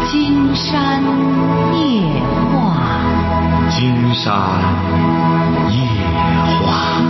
金山夜话， 金山夜话。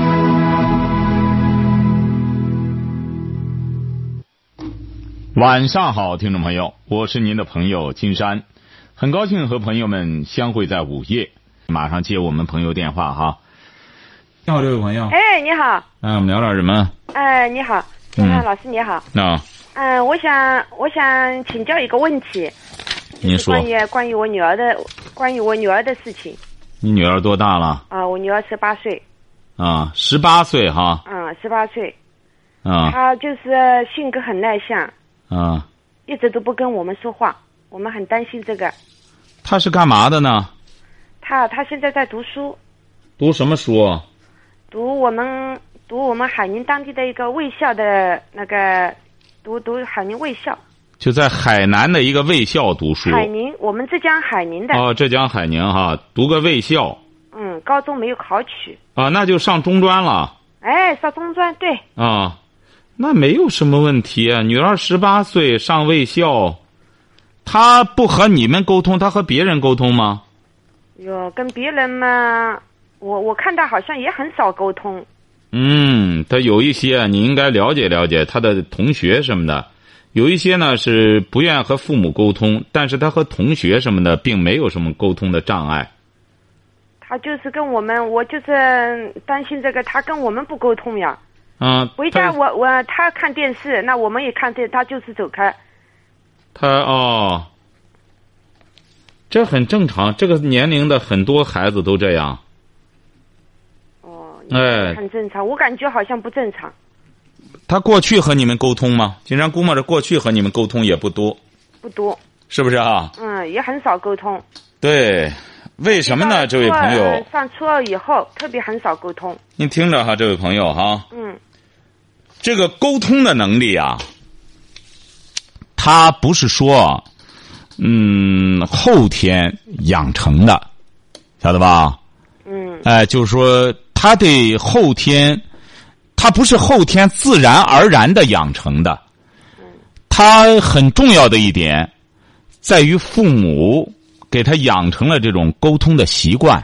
晚上好，听众朋友，我是您的朋友金山，很高兴和朋友们相会在午夜。马上接我们朋友电话哈。你好，这位朋友。 哎，你好。 我们聊点什么？ 你好，金山老师你好。我想请教一个问题。 您说。 关于我女儿的事情。 你女儿多大了？ 我女儿18岁。 18岁哈。 18岁。她就是性格很内向。一直都不跟我们说话，我们很担心这个。 她是干嘛的呢？ 她现在在读书。 读什么书？ 读我们海宁当地的一个卫校的那个，读海宁卫校。就在海南的一个卫校读书。海宁，我们浙江海宁的。 浙江海宁哈，读个卫校。 高中没有考取。 那就上中专了。 上中专对。 那没有什么问题啊。女儿18岁上卫校，她不和你们沟通，她和别人沟通吗？ 跟别人嘛，我看她好像也很少沟通。 她有一些你应该了解了解她的同学什么的，有一些呢是不愿和父母沟通，但是她和同学什么的并没有什么沟通的障碍。 她就是跟我就是担心这个，她跟我们不沟通呀。回家他看电视，那我们也看电视，他就是走开。这很正常，这个年龄的很多孩子都这样。 很正常，我感觉好像不正常。 他过去和你们沟通吗？经常估摸着过去和你们沟通也不多。 不多。是不是啊？ 也很少沟通。对， 为什么呢？这位朋友。 上初二以后，特别很少沟通。 您听着哈，这位朋友哈。这个沟通的能力啊，他不是说，后天养成的，晓得吧？就是说，他得后天，他不是后天自然而然的养成的。他很重要的一点，在于父母给他养成了这种沟通的习惯。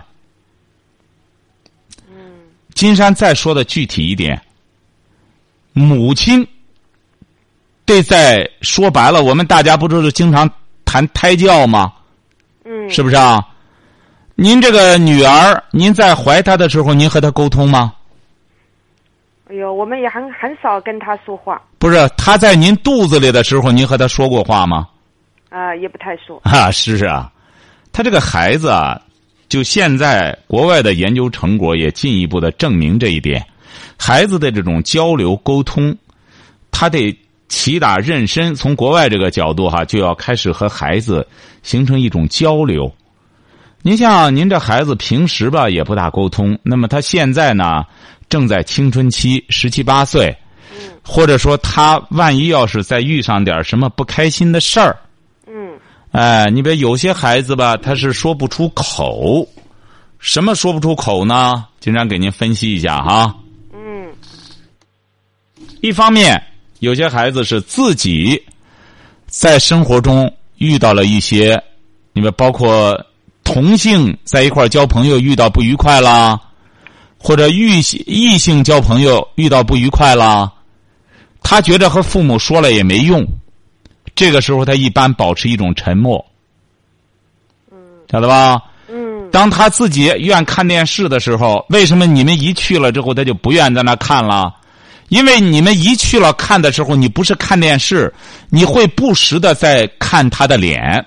金山再说的具体一点。母亲对，在说白了，我们大家不都是经常谈胎教吗？是不是啊？您这个女儿，您在怀她的时候，您和她沟通吗？ 我们也很少跟她说话。 不是，她在您肚子里的时候，您和她说过话吗？ 也不太说。 是啊，她这个孩子啊，就现在国外的研究成果也进一步的证明这一点。孩子的这种交流沟通，他得起打认真，从国外这个角度就要开始和孩子形成一种交流。您像您这孩子平时吧也不大沟通，那么他现在呢正在青春期，17、18岁，或者说他万一要是再遇上点什么不开心的事儿，你比如有些孩子吧，他是说不出口。什么说不出口呢？经常给您分析一下哈。一方面，有些孩子是自己在生活中遇到了一些，你们包括同性在一块交朋友遇到不愉快啦，或者异性交朋友遇到不愉快啦，他觉得和父母说了也没用，这个时候他一般保持一种沉默，晓得吧？当他自己愿看电视的时候，为什么你们一去了之后他就不愿在那看了？因为你们一去了看的时候，你不是看电视，你会不时的在看他的脸。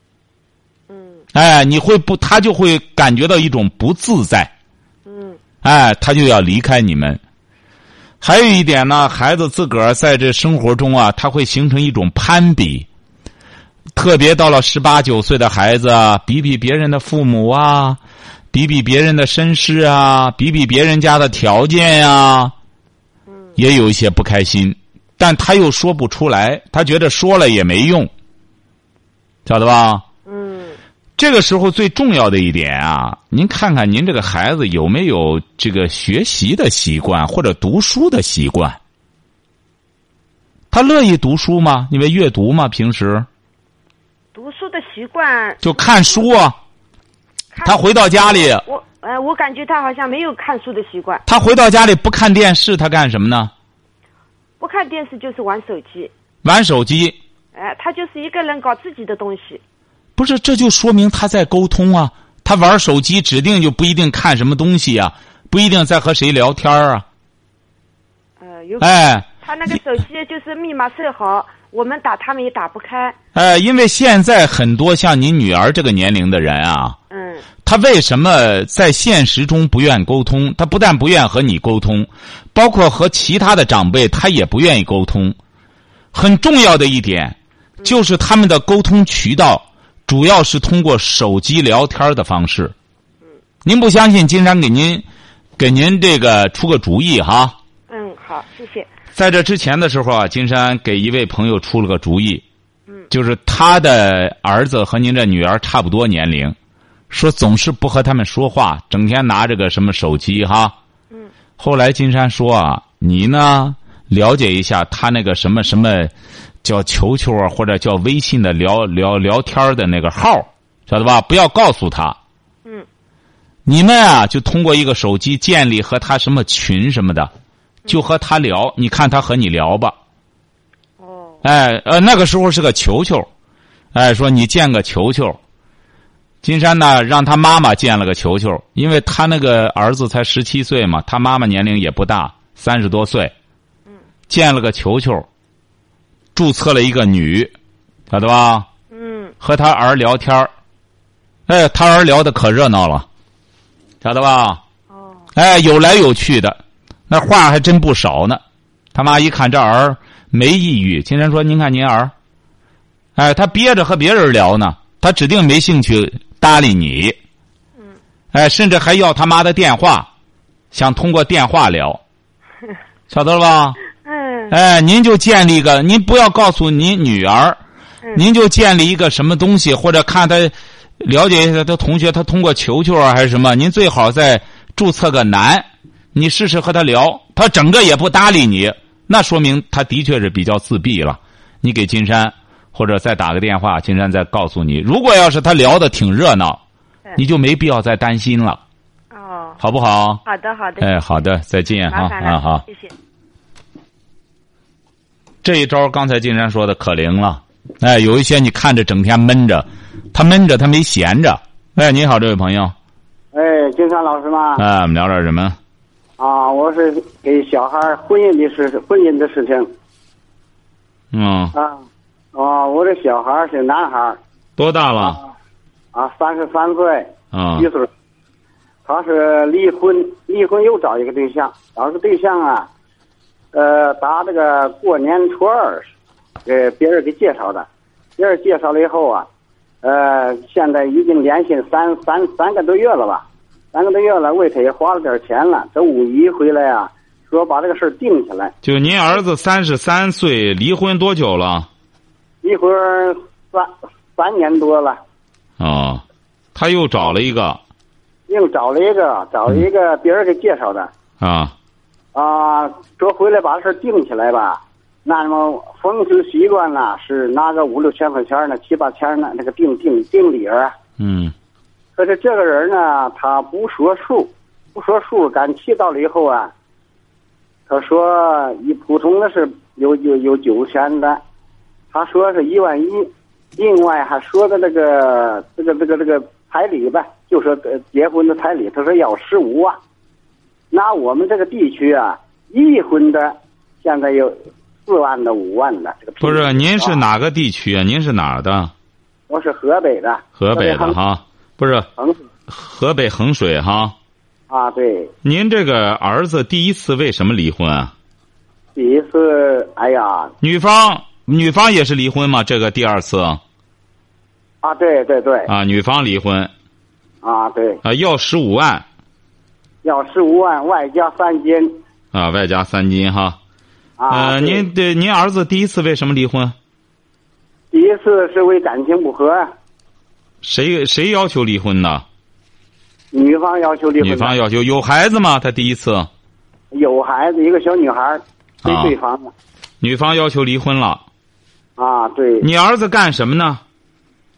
他就会感觉到一种不自在。他就要离开你们。还有一点呢，孩子自个儿在这生活中啊，他会形成一种攀比。特别到了18、19岁的孩子啊，比比别人的父母啊，比比别人的身世啊，比比别人家的条件呀，也有一些不开心，但他又说不出来，他觉得说了也没用，晓得吧？这个时候最重要的一点啊，您看看您这个孩子有没有这个学习的习惯或者读书的习惯？他乐意读书吗？因为阅读吗？平时？ 读书的习惯就看书啊。他回到家里， 我感觉他好像没有看书的习惯。 他回到家里不看电视，他干什么呢？ 不看电视就是玩手机。 玩手机。 他就是一个人搞自己的东西。 不是，这就说明他在沟通啊。他玩手机指定就不一定看什么东西啊，不一定在和谁聊天啊。 有。他那个手机就是密码设好，我们打他们也打不开。 因为现在很多像你女儿这个年龄的人啊，他为什么在现实中不愿沟通？他不但不愿和你沟通，包括和其他的长辈，他也不愿意沟通。很重要的一点，就是他们的沟通渠道主要是通过手机聊天的方式。您不相信，金山给您这个出个主意哈。 好，谢谢。 在这之前的时候啊，金山给一位朋友出了个主意，就是他的儿子和您这女儿差不多年龄，说总是不和他们说话，整天拿着个什么手机哈。后来金山说啊，你呢了解一下他那个什么叫球球啊，或者叫微信的聊天的那个号，晓得吧？不要告诉他。你们啊就通过一个手机建立和他什么群什么的。就和他聊，你看他和你聊吧。那个时候是个球球，说你建个球球。金山呢，让他妈妈建了个球球，因为他那个儿子才17岁嘛，他妈妈年龄也不大，30多岁。建了个球球，注册了一个女，晓得吧？和他儿聊天他儿聊的可热闹了，晓得吧？有来有去的。那话还真不少呢。他妈一看这儿没抑郁，金山说：“您看您儿，他憋着和别人聊呢，他指定没兴趣搭理你。甚至还要他妈的电话，想通过电话聊，晓得了吧？您就建立一个，您不要告诉您女儿，您就建立一个什么东西，或者看他了解一下他同学，他通过球球啊还是什么，您最好再注册个男。”你试试和他聊，他整个也不搭理你，那说明他的确是比较自闭了。你给金山或者再打个电话，金山再告诉你。如果要是他聊得挺热闹，你就没必要再担心了。好不好？ 好的。 好的，再见哈。好， 谢谢。 这一招刚才金山说的可灵了。有一些你看着整天闷着，他没闲着。你好，这位朋友。 金山老师吗？ 我们聊点什么？ 我是给小孩婚姻的事情。我这小孩是男孩。 多大了 ？33岁。1岁。他是离婚又找一个对象，找个对象啊，打这个过年初2，给别人给介绍的，别人介绍了以后啊，现在已经连续三个多月了吧。3个多月了，为他也花了点钱了。这5·1回来啊，说把这个事定下来。 就您儿子33岁，离婚多久了？ 离婚3年多了。 他又找了一个。 找了一个别人给介绍的。说回来把这事定起来吧。那么风俗习惯呢，是拿个5、6千块钱呢，7、8千呢，那个定理儿。可是这个人呢，他不说数，赶气到了以后啊，他说一普通的是有9000的，他说是11000，另外还说的这个彩礼吧，就说结婚的彩礼，他说要15万。那我们这个地区啊，一婚的现在有4万的、5万的。这个不是，您是哪个地区啊？您是哪儿的？ 我是河北的。 河北的哈。不是河北衡水哈。 对。 您这个儿子第一次为什么离婚啊？ 第一次， 女方也是离婚吗？这个第2次。 对。 女方离婚。 对。 要15万。 要15万，外加3金。 外加3金哈。您儿子第一次为什么离婚？ 第一次是为感情不和。 谁要求离婚的？ 女方要求离婚。 女方要求有孩子吗？他第一次有孩子，一个小女孩，对方的。 女方要求离婚了。 对。 你儿子干什么呢？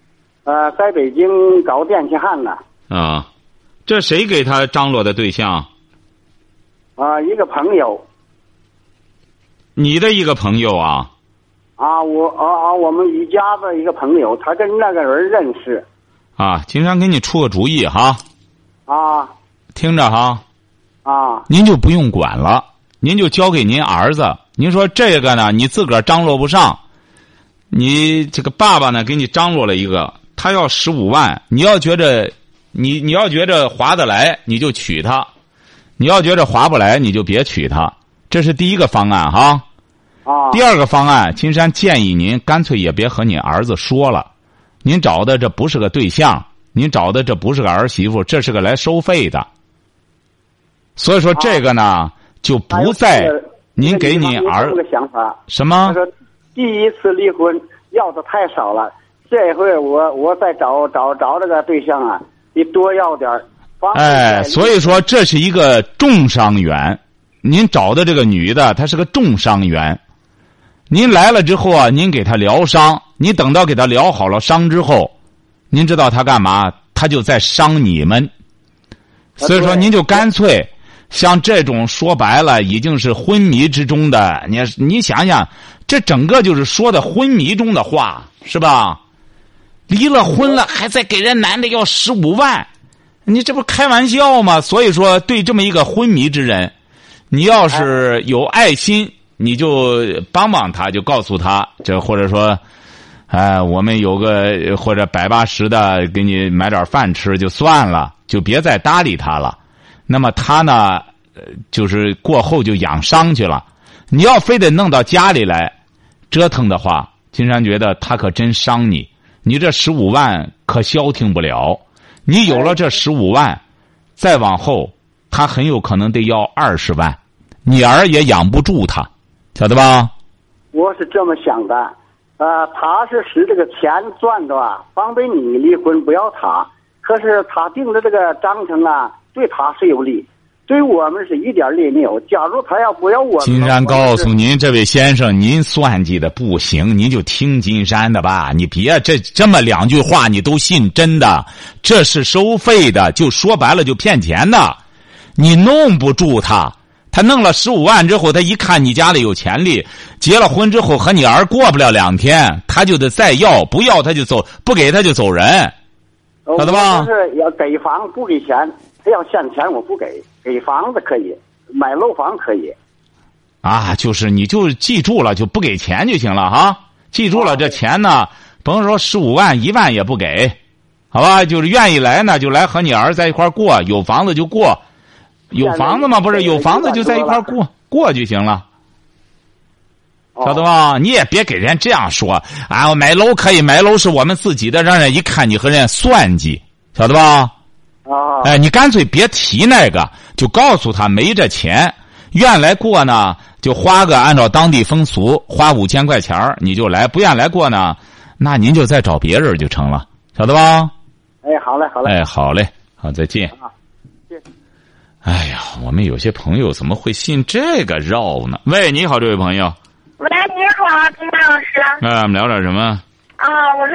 在北京搞电气焊呢。 啊，这谁给他张罗的对象？ 一个朋友。 你的一个朋友啊？ 我们一家的一个朋友，他跟那个人认识。 啊，金山给你出个主意哈。 啊。 听着哈。 啊。 您就不用管了，您就交给您儿子。您说这个呢，你自个儿张罗不上，你这个爸爸呢给你张罗了一个，他要15万，你要觉着你要觉着划得来，你就娶他；你要觉着划不来，你就别娶他。这是第一个方案哈。第二个方案，金山建议您干脆也别和你儿子说了，您找的这不是个对象，您找的这不是个儿媳妇，这是个来收费的。所以说这个呢，就不在您给你儿子想法。 什么？ 他说第一次离婚要的太少了，这回我再找这个对象啊，你多要点。 所以说这是一个重伤员，您找的这个女的她是个重伤员。您来了之后啊，您给他疗伤，你等到给他疗好了伤之后，您知道他干嘛？他就在伤你们。所以说您就干脆像这种说白了已经是昏迷之中的，你想想，这整个就是说的昏迷中的话，是吧？离了婚了还在给人男的要15万，你这不开玩笑吗？所以说对这么一个昏迷之人，你要是有爱心，你就帮帮他，就告诉他，这或者说，我们有个或者100、80的给你买点饭吃就算了，就别再搭理他了。那么他呢，就是过后就养伤去了。你要非得弄到家里来折腾的话，金山觉得他可真伤你。你这15万可消停不了，你有了这15万，再往后他很有可能得要20万，你儿也养不住他。晓得吧？ 我是这么想的，他是使这个钱赚的啊，方便你离婚不要他。可是他定的这个章程啊，对他是有利，对我们是一点利没有。假如他要不要我们， 金山告诉您，这位先生，您算计的不行，您就听金山的吧，你别这么2句话你都信真的，这是收费的，就说白了就骗钱的，你弄不住他。他弄了15万之后，他一看你家里有潜力，结了婚之后和你儿过不了2天，他就得再要，不要他就走，不给他就走人，晓得吧？ 就是要给房不给钱，他要现钱我不给，给房子可以，买楼房可以。 啊，就是你就记住了，就不给钱就行了哈。记住了，这钱呢，甭说15万1万也不给，好吧？就是愿意来呢，就来和你儿在一块过，有房子就过。有房子吗？不是有房子就在一块过就行了，晓得吧？你也别给人这样说啊！我买楼可以，买楼是我们自己的，让人一看你和人算计，晓得吧？你干脆别提那个，就告诉他没这钱，愿来过呢，就花个按照当地风俗花5000块钱你就来，不愿来过呢，那您就再找别人就成了，晓得吧？ 好嘞，好嘞。 好嘞，好，再见。哎呀，我们有些朋友怎么会信这个绕呢？喂，你好，这位朋友。 喂，你好，金山老师。 我们聊点什么？ 我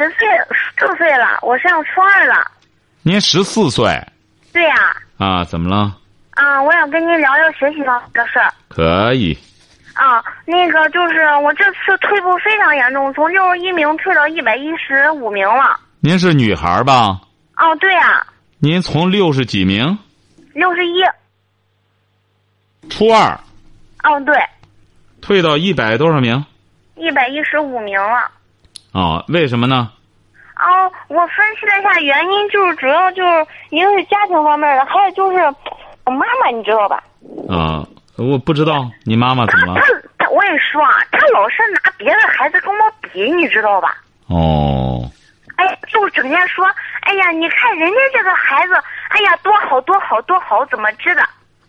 14岁了，我上初2了。 您14岁？ 对呀。 怎么了？ 我想跟您聊聊学习上的事儿。 可以。 那个就是我这次退步非常严重，从61名退到115名了。 您是女孩吧？ 对呀。 您从60几名 ？61。 初2。 对。 退到100多少名 ？115名了。 为什么呢？ 我分析了一下原因，就是主要就是一个是家庭方面的，还有就是我妈妈，你知道吧？ 我不知道你妈妈怎么了。 我跟你说她老是拿别的孩子跟我比，你知道吧？就整天说，哎呀，你看人家这个孩子，哎呀，多好多好多好，怎么知的？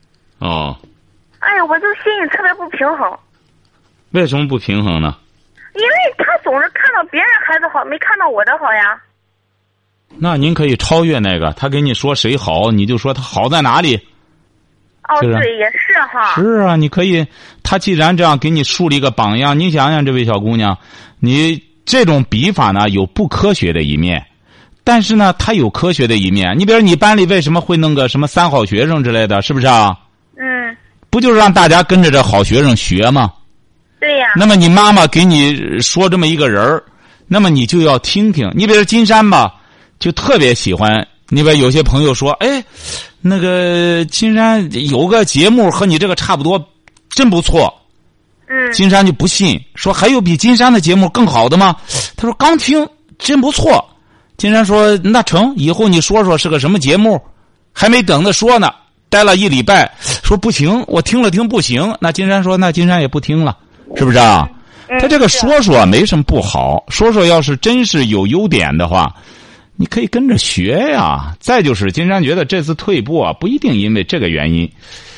我就心里特别不平衡。 为什么不平衡呢？ 因为他总是看到别人孩子好，没看到我的好呀。 那您可以超越那个，他给你说谁好，你就说他好在哪里。 对，也是哈。 是啊，你可以，他既然这样给你树立一个榜样，你想想这位小姑娘，你这种比法呢有不科学的一面， 但是呢，它有科学的一面。你比如你班里为什么会弄个什么3好学生之类的，是不是啊？不就是让大家跟着这好学生学吗？ 对呀。 那么你妈妈给你说这么一个人儿，那么你就要听听。你比如金山吧，就特别喜欢。你比如有些朋友说，哎，那个金山有个节目和你这个差不多，真不错。金山就不信，说还有比金山的节目更好的吗？他说刚听真不错。金山说那成，以后你说说是个什么节目，还没等着说呢。待了1礼拜，说不行，我听了听不行。那金山说，那金山也不听了，是不是啊？他这个说说没什么不好，说说要是真是有优点的话，你可以跟着学呀。再就是金山觉得这次退步啊，不一定因为这个原因。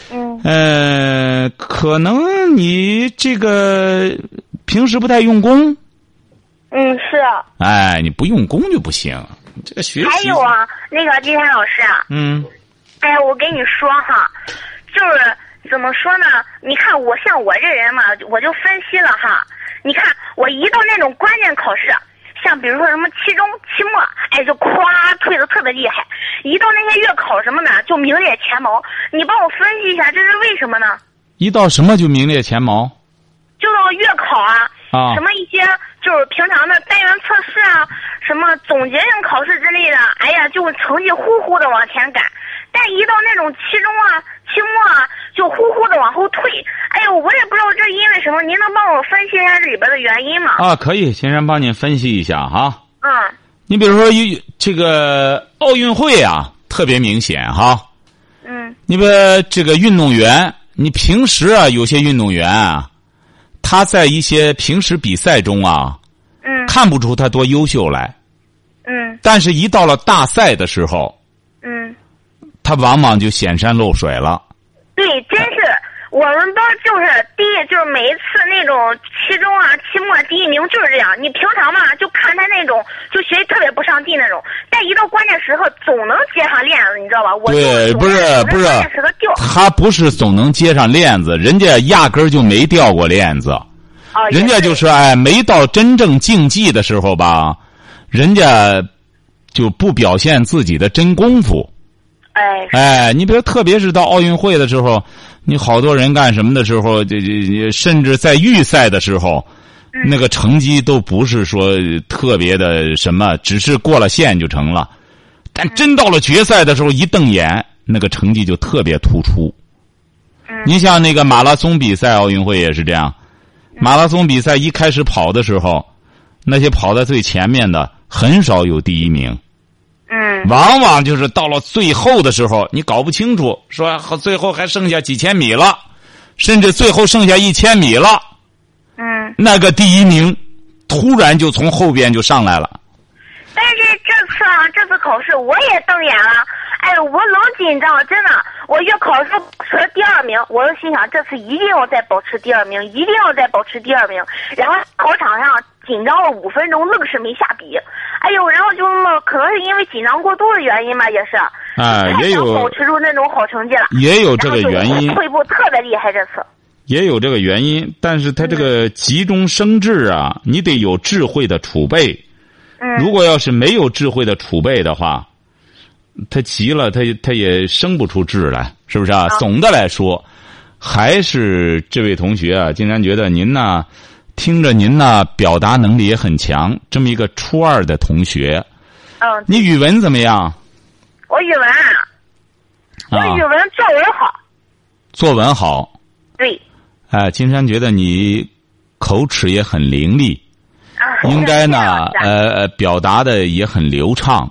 可能你这个平时不太用功。 是啊。 哎，你不用功就不行。这个学习。 还有啊，那个金山老师啊。哎，我跟你说哈，就是怎么说呢？你看我像我这人嘛，我就分析了哈。你看我一到那种关键考试，像比如说什么期中、期末，哎，就咵退得特别厉害。一到那些月考什么的，就名列前茅。你帮我分析一下，这是为什么呢？一到什么就名列前茅？ 就到月考啊，什么一些就是平常的单元测试啊，什么总结性考试之类的，哎呀，就成绩呼呼的往前赶。但一到那种期中啊、期末啊，就呼呼的往后退。哎呦，我也不知道这是因为什么，您能帮我分析一下这里边的原因吗？ 可以，先生帮您分析一下哈。你比如说这个奥运会啊，特别明显哈。你比如这个运动员，你平时啊，有些运动员啊，他在一些平时比赛中啊，看不出他多优秀来。但是一到了大赛的时候，他往往就显山露水了。 对，真是我们班就是就是每一次那种期中啊、期末第1名就是这样。你平常嘛就看他那种就学习特别不上进那种，但一到关键时刻总能接上链子，你知道吧？ 对，不是，他不是总能接上链子，人家压根儿就没掉过链子。人家就是没到真正竞技的时候吧，人家就不表现自己的真功夫。你比如特别是到奥运会的时候，你好多人干什么的时候，甚至在预赛的时候，那个成绩都不是说特别的什么，只是过了线就成了。但真到了决赛的时候，一瞪眼，那个成绩就特别突出。你像那个马拉松比赛，奥运会也是这样。马拉松比赛一开始跑的时候，那些跑在最前面的很少有第1名。往往就是到了最后的时候，你搞不清楚，说最后还剩下几千米了，甚至最后剩下1000米了。那个第1名突然就从后边就上来了。 但是这次考试我也瞪眼了，我老紧张，真的。我月考的时候保持了第2名，我就心想这次一定要再保持第2名，一定要再保持第2名。然后考场上紧张了5分钟，愣是没下笔。然后就可能是因为紧张过度的原因吧，也是。也有保持住那种好成绩了。 也有这个原因。 退步特别厉害这次。 也有这个原因，但是他这个急中生智啊，你得有智慧的储备。如果要是没有智慧的储备的话，他急了，他也生不出智来，是不是啊？总的来说，还是这位同学啊，竟然觉得您呢，听着您呢，表达能力也很强，这么一个初2的同学。你语文怎么样？ 我语文作文好。 作文好。 对。 金山觉得你口齿也很伶俐。应该呢，表达的也很流畅。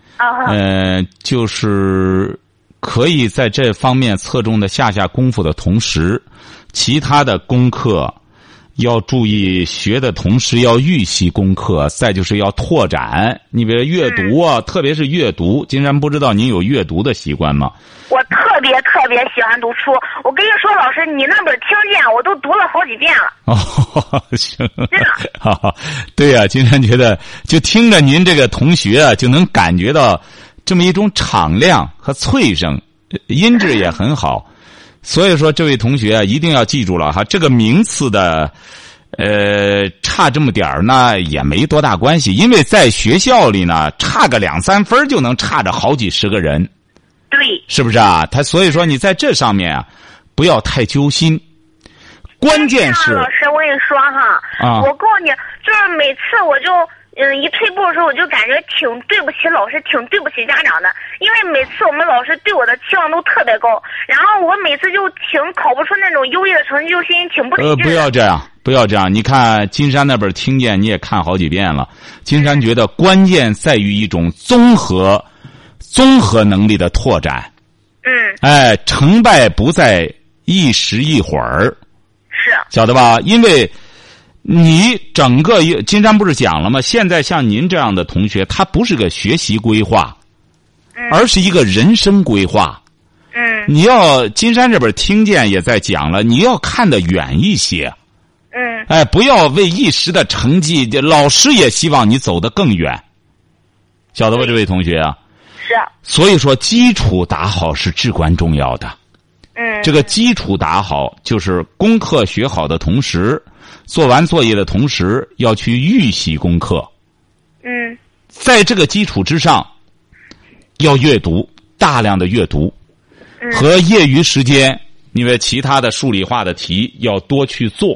就是可以在这方面侧重的下功夫的同时，其他的功课要注意学的同时要预习功课，再就是要拓展。你比如阅读啊，特别是阅读，金山不知道您有阅读的习惯吗？ 我特别喜欢读书。我跟你说，老师，你那本《听见》我都读了好几遍了。 行。真的。对呀，金山觉得就听着您这个同学啊，就能感觉到这么一种敞亮和脆声，音质也很好。所以说，这位同学啊，一定要记住了哈，这个名次的差这么点儿呢也没多大关系，因为在学校里呢，差个2-3分就能差着好几十个人。 对。 是不是啊？所以说你在这上面啊，不要太揪心。关键是， 老师，我跟你说哈，我告诉你，就是每次我就一退步的时候，我就感觉挺对不起老师，挺对不起家长的，因为每次我们老师对我的期望都特别高，然后我每次就挺考不出那种优异的成绩，就心里挺不理智的。 不要这样，不要这样。你看金山那本听见你也看好几遍了，金山觉得关键在于一种综合能力的拓展。成败不在一时一会儿。 是。 晓得吧？因为你整个金山不是讲了吗？现在像您这样的同学，他不是个学习规划，而是一个人生规划。你要金山这边听见也在讲了，你要看得远一些。不要为一时的成绩，老师也希望你走得更远。晓得吧，这位同学啊？ 是。 所以说，基础打好是至关重要的。这个基础打好，就是功课学好的同时，做完作业的同时，要去预习功课。在这个基础之上，要阅读，大量的阅读，和业余时间，因为其他的数理化的题要多去做。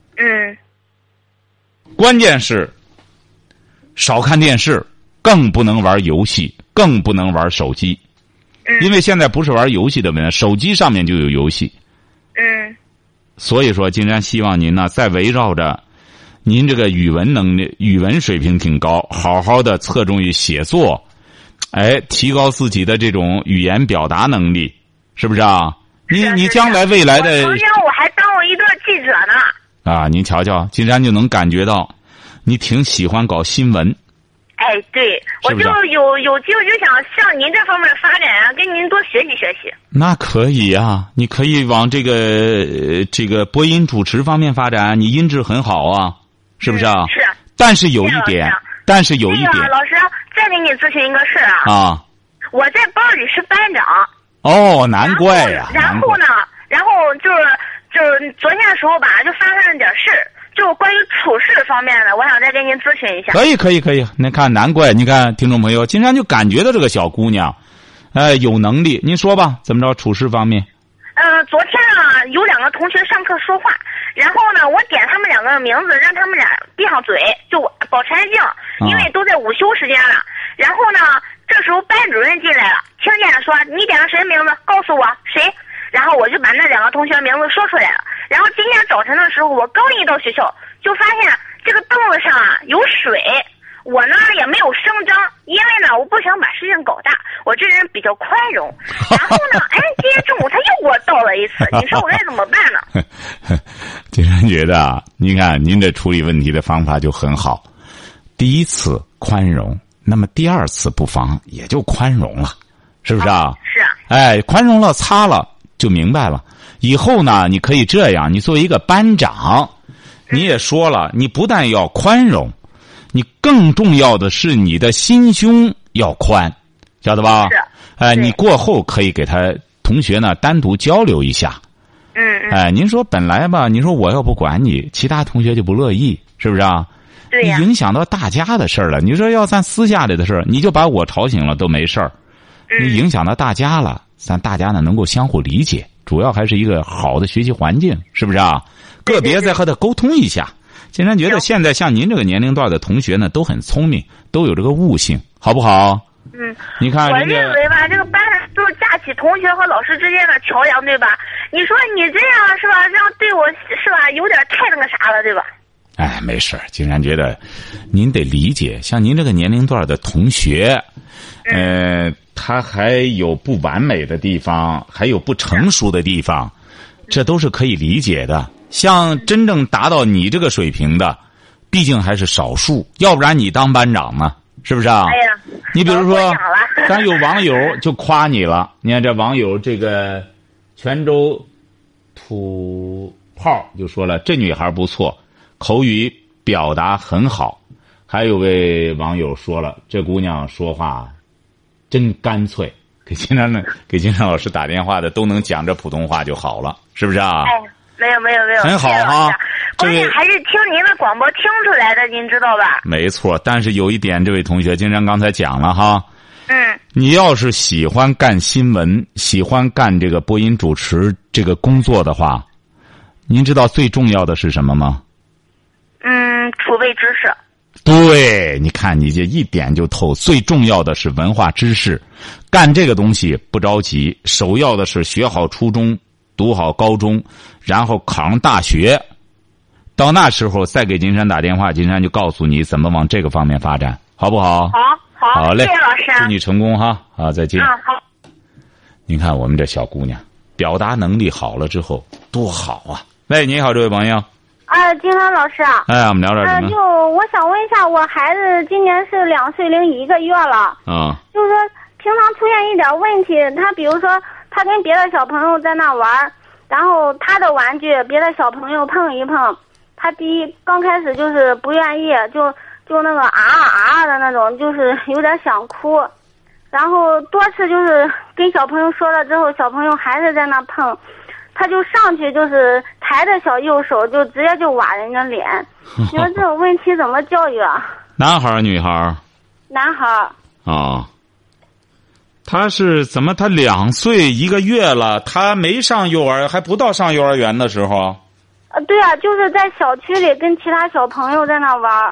关键是少看电视，更不能玩游戏，更不能玩手机。因为现在不是玩游戏的问题，手机上面就有游戏。所以说，金山希望您呢，再围绕着您这个语文能力、语文水平挺高，好好的侧重于写作，提高自己的这种语言表达能力，是不是啊？你将来未来的， 曾经我还当过一段记者呢。 您瞧瞧，金山就能感觉到，你挺喜欢搞新闻。 对，我就有机会就想向您这方面发展啊，跟您多学习学习。 那可以啊，你可以往这个播音主持方面发展，你音质很好啊，是不是啊？ 是。 但是有一点，老师再给你咨询一个事啊。我在班里是班长。 难怪呀。 然后就是昨天的时候吧，就发生了点事。就关于处事方面的，我想再跟您咨询一下。 可以。您看，难怪，你看，听众朋友，金山就感觉到这个小姑娘，有能力。您说吧，怎么着？处事方面。 昨天呢，有2个同学上课说话，然后呢，我点他们2个的名字，让他们俩闭上嘴，就保持安静，因为都在午休时间了。然后呢，这时候班主任进来了，听见说你点了谁名字？告诉我谁？然后我就把那2个同学名字说出来了。然后今天早晨的时候，我刚一到学校，就发现这个凳子上有水。我呢也没有声张，因为呢我不想把事情搞大，我这人比较宽容。然后呢，今天中午他又给我倒了一次，你说我该怎么办呢？ 金山觉得啊，您看您这处理问题的方法就很好。第1次宽容，那么第2次不妨也就宽容了，是不是啊？ 是。 宽容了，擦了。就明白了。以后呢，你可以这样，你作为一个班长，你也说了，你不但要宽容，你更重要的是你的心胸要宽，晓得吧？ 是。 你过后可以给他同学呢单独交流一下。您说本来吧，你说我要不管你，其他同学就不乐意，是不是啊？ 对呀。 你影响到大家的事儿了。你说要咱私下里的事儿，你就把我吵醒了都没事儿。你影响到大家了，咱大家呢能够相互理解，主要还是一个好的学习环境，是不是啊？个别再和他沟通一下。金山觉得现在像您这个年龄段的同学呢，都很聪明，都有这个悟性，好不好？你看我认为吧，这个班上就是架起同学和老师之间的桥梁，对吧？你说你这样是吧？这样对我是吧，有点太那个啥了，对吧？ 没事，金山觉得您得理解，像您这个年龄段的同学，他还有不完美的地方，还有不成熟的地方，这都是可以理解的。像真正达到你这个水平的，毕竟还是少数，要不然你当班长呢，是不是啊？你比如说，咱有网友就夸你了。你看这网友，这个泉州土炮就说了，这女孩不错，口语表达很好。还有位网友说了，这姑娘说话真干脆，给金山老师打电话的都能讲这普通话就好了，是不是啊？ 没有， 很好哈。 关键还是听您的广播听出来的，您知道吧？ 没错，但是有一点，这位同学，金山刚才讲了哈。你要是喜欢干新闻，喜欢干这个播音主持这个工作的话，您知道最重要的是什么吗？ 储备知识。 对，你看你这一点就透。最重要的是文化知识，干这个东西不着急，首要的是学好初中，读好高中，然后考上大学。到那时候再给金山打电话，金山就告诉你怎么往这个方面发展，好不好？好嘞， 谢谢老师， 祝你成功哈！好，再见。 好。 您看我们这小姑娘，表达能力好了之后多好啊！喂，你好，这位朋友。 金山老师。 我们聊点什么？ 就我想问一下，我孩子今年是2岁零1个月了。就是说平常出现一点问题，他比如说他跟别的小朋友在那玩，然后他的玩具别的小朋友碰一碰，他刚开始就是不愿意，就那个啊的那种，就是有点想哭，然后多次就是跟小朋友说了之后，小朋友还是在那碰，他就上去就是抬着小右手就直接就挖人家脸。你说这种问题怎么教育啊？ 男孩女孩？ 男孩。 他是怎么？他2岁1个月了，他没上幼儿，还不到上幼儿园的时候。 对啊，就是在小区里跟其他小朋友在那玩。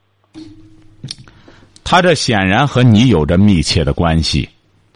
他这显然和你有着密切的关系。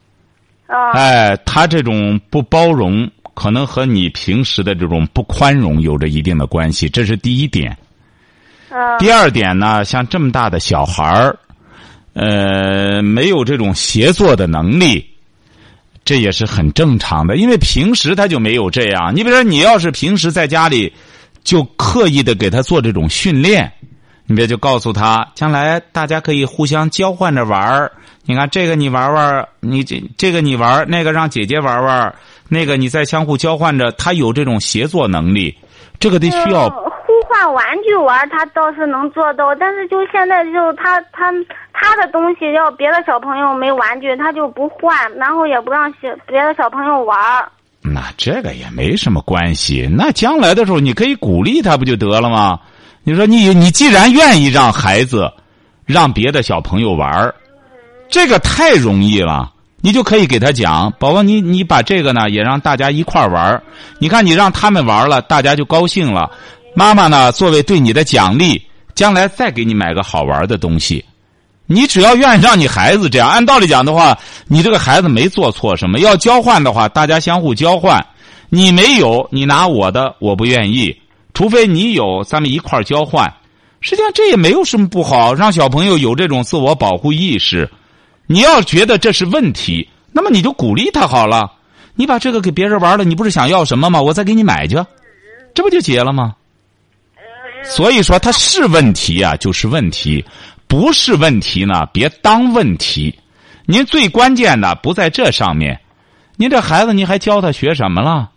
他这种不包容，可能和你平时的这种不宽容有着一定的关系，这是第一点。第二点呢，像这么大的小孩儿，没有这种协作的能力，这也是很正常的，因为平时他就没有这样。你比如说，你要是平时在家里就刻意的给他做这种训练，你别就告诉他，将来大家可以互相交换着玩儿。你看这个你玩玩，你这个你玩，那个让姐姐玩玩，那个你再相互交换着，他有这种协作能力，这个得需要。 互换玩具玩，他倒是能做到，但是就现在就他的东西要别的小朋友没玩具，他就不换，然后也不让别的小朋友玩。 那这个也没什么关系，那将来的时候你可以鼓励他不就得了吗？你说你既然愿意让孩子让别的小朋友玩，这个太容易了，你就可以给他讲，宝宝你把这个呢也让大家一块玩，你看你让他们玩了，大家就高兴了，妈妈呢作为对你的奖励，将来再给你买个好玩的东西。你只要愿意让你孩子这样，按道理讲的话，你这个孩子没做错什么。要交换的话，大家相互交换，你没有你拿我的，我不愿意，除非你有，咱们一块交换。实际上这也没有什么不好，让小朋友有这种自我保护意识。你要觉得这是问题，那么你就鼓励他好了。你把这个给别人玩了，你不是想要什么吗？我再给你买去，这不就结了吗？所以说它是问题啊，就是问题，不是问题呢，别当问题。您最关键的不在这上面，您这孩子你还教他学什么了？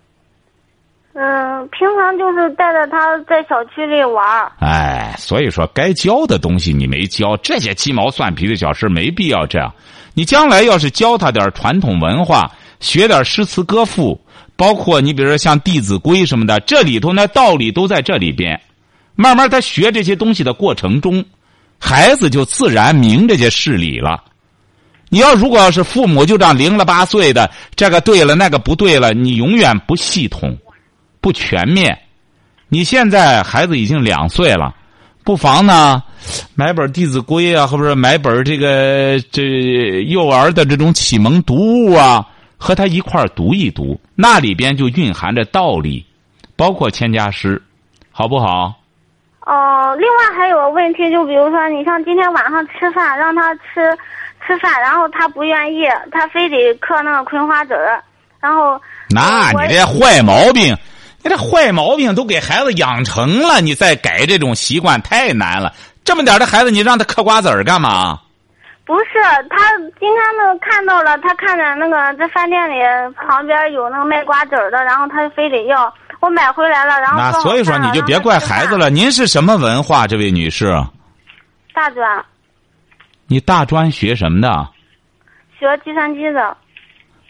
平常就是带着他在小区里玩。 所以说该教的东西你没教，这些鸡毛蒜皮的小事没必要这样。你将来要是教他点传统文化，学点诗词歌赋，包括你比如说像《弟子规》什么的，这里头那道理都在这里边。慢慢他学这些东西的过程中，孩子就自然明这些事理了。你如果要是父母就这样0了8岁的，这个对了那个不对了，你永远不系统不全面。你现在孩子已经2岁了，不妨呢买本《弟子规》啊，或者买本这幼儿的这种启蒙读物啊，和他一块儿读一读，那里边就蕴含着道理，包括千家诗，好不好？ 另外还有个问题，就比如说你像今天晚上吃饭，让他吃饭，然后他不愿意，他非得嗑那个葵花籽儿，然后那你这坏毛病，你这坏毛病都给孩子养成了，你再改这种习惯太难了。这么点的孩子，你让他嗑瓜子儿干嘛？ 不是，他今天看到了，他看着那个在饭店里旁边有那个卖瓜子儿的，然后他非得要，我买回来了，然后那所以说你就别怪孩子了。您是什么文化，这位女士？ 大专。 你大专学什么的？ 学计算机的。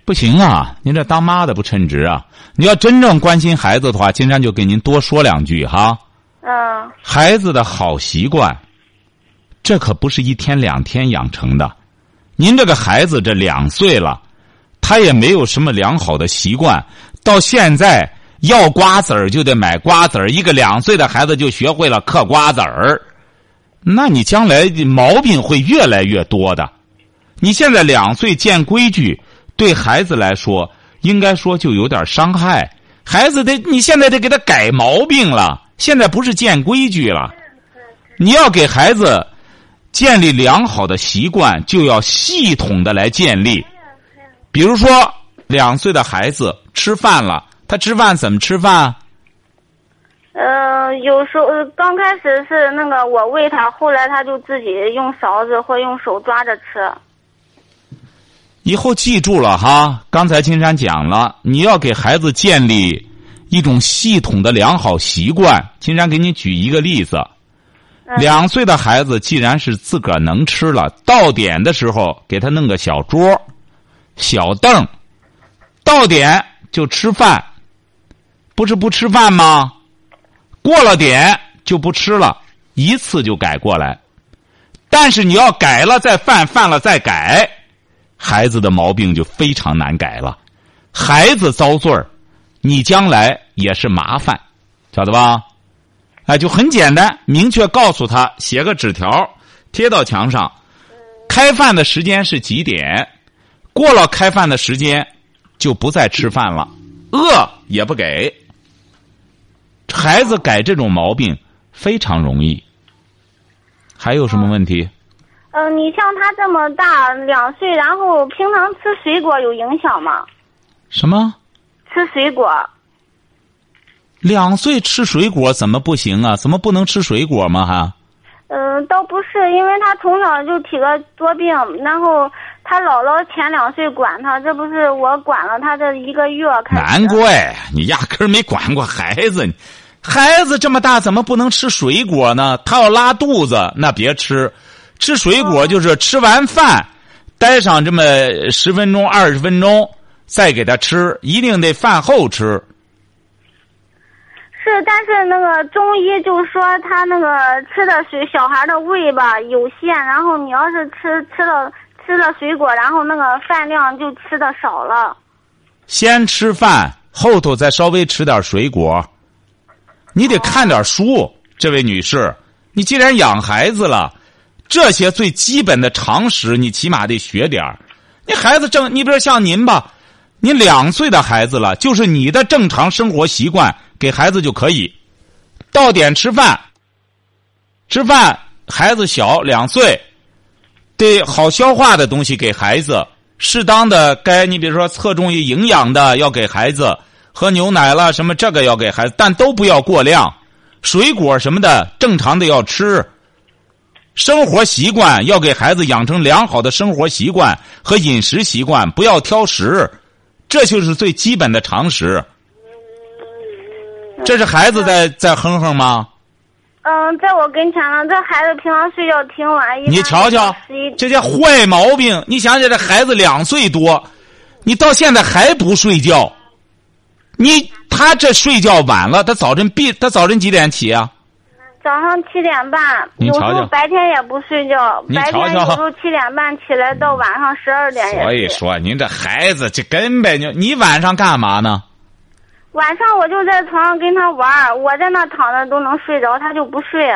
不行啊，您这当妈的不称职啊！你要真正关心孩子的话，金山就给您多说两句哈。孩子的好习惯，这可不是1天2天养成的。您这个孩子这2岁了，他也没有什么良好的习惯，到现在要瓜子儿就得买瓜子儿，一个2岁的孩子就学会了嗑瓜子儿，那你将来毛病会越来越多的。你现在2岁见规矩，对孩子来说应该说就有点伤害。孩子你现在得给他改毛病了，现在不是见规矩了。你要给孩子建立良好的习惯，就要系统的来建立。比如说2岁的孩子吃饭了，他吃饭怎么吃饭？ 有时候刚开始是那个我喂他，后来他就自己用勺子或用手抓着吃。 以后记住了哈，刚才金山讲了，你要给孩子建立一种系统的良好习惯。金山给你举一个例子，2岁的孩子既然是自个儿能吃了，到点的时候给他弄个小桌、小凳，到点就吃饭，不是不吃饭吗？过了点就不吃了，一次就改过来。但是你要改了再犯，犯了再改，孩子的毛病就非常难改了。孩子遭罪儿，你将来也是麻烦，晓得吧？就很简单，明确告诉他，写个纸条贴到墙上，开饭的时间是几点，过了开饭的时间就不再吃饭了，饿也不给。孩子改这种毛病非常容易。还有什么问题？ 你像他这么大2岁，然后平常吃水果有影响吗？ 什么？ 吃水果。 2岁吃水果怎么不行啊？怎么不能吃水果吗？还？ 倒不是，因为他从小就体格多病，然后他姥姥前2岁管他，这不是我管了他这1个月开始。 难怪你压根儿没管过孩子，孩子这么大怎么不能吃水果呢？他要拉肚子，那别吃。吃水果就是吃完饭，待上这么10分钟、20分钟，再给他吃，一定得饭后吃。 是，但是那个中医就说他那个吃的小孩的胃吧有限，然后你要是吃了水果，然后那个饭量就吃的少了。先吃饭，后头再稍微吃点水果。你得看点书，这位女士，你既然养孩子了，这些最基本的常识你起码得学点儿。你孩子你比如像您吧，你2岁的孩子了，就是你的正常生活习惯给孩子就可以。到点吃饭，孩子小2岁，得好消化的东西给孩子，适当的你比如说侧重于营养的要给孩子，喝牛奶了什么这个要给孩子，但都不要过量。水果什么的正常的要吃。生活习惯要给孩子养成良好的生活习惯和饮食习惯，不要挑食，这就是最基本的常识。这是孩子在哼哼吗？ 在我跟前呢。这孩子平常睡觉挺晚。 你瞧瞧，这些坏毛病！你想想，这孩子2岁多，你到现在还不睡觉，他这睡觉晚了，他早晨几点起啊？ 早上7点半，有时候白天也不睡觉，白天有时候7点半起来到晚上12点也。 所以说，您这孩子这根本就，你晚上干嘛呢？ 晚上我就在床上跟他玩，我在那躺着都能睡着，他就不睡。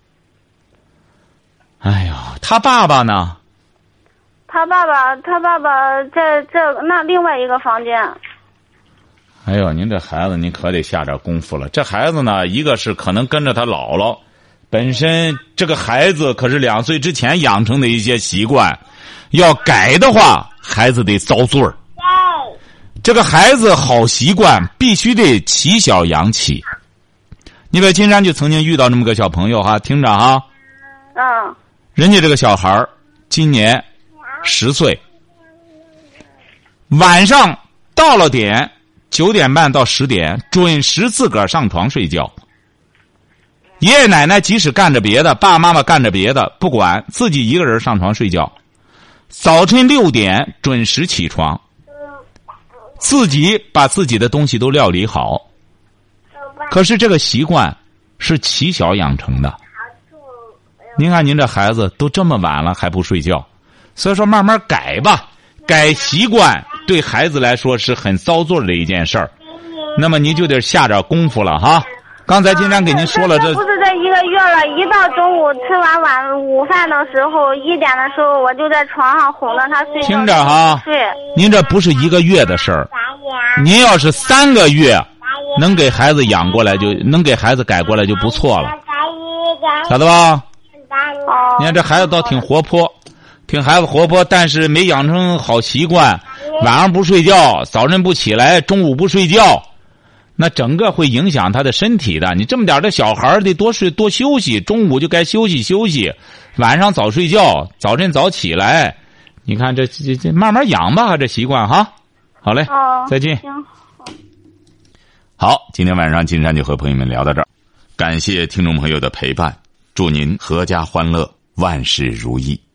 哎呀，他爸爸呢？ 他爸爸在那另外一个房间。 哎呦，您这孩子您可得下点功夫了。这孩子呢，一个是可能跟着他姥姥，本身这个孩子可是2岁之前养成的一些习惯，要改的话，孩子得遭罪儿。这个孩子好习惯必须得起小养起。你比如金山就曾经遇到这么个小朋友哈，听着哈。人家这个小孩今年10岁，晚上到了点9点半到10点准时自个儿上床睡觉。爷爷奶奶即使干着别的，爸爸妈妈干着别的，不管，自己一个人上床睡觉。早晨6点准时起床， 自己把自己的东西都料理好。可是这个习惯是起小养成的。您看您这孩子都这么晚了还不睡觉，所以说慢慢改吧，改习惯对孩子来说是很遭罪的一件事儿。那么您就得下点功夫了哈。刚才金山给您说了，这不是这1个月了，一到中午吃完午饭的时候1点的时候，我就在床上哄着他睡觉。 听着哈， 睡。 您这不是1个月的事儿，您要是3个月能给孩子养过来，就能给孩子改过来就不错了，晓得吧？你看这孩子倒挺活泼，但是没养成好习惯，晚上不睡觉，早晨不起来，中午不睡觉，那整个会影响他的身体的。你这么点的小孩得多睡多休息，中午就该休息休息，晚上早睡觉，早晨早起来。你看这慢慢养吧，这习惯哈。好嘞，再见。好，今天晚上金山就和朋友们聊到这儿，感谢听众朋友的陪伴，祝您阖家欢乐，万事如意。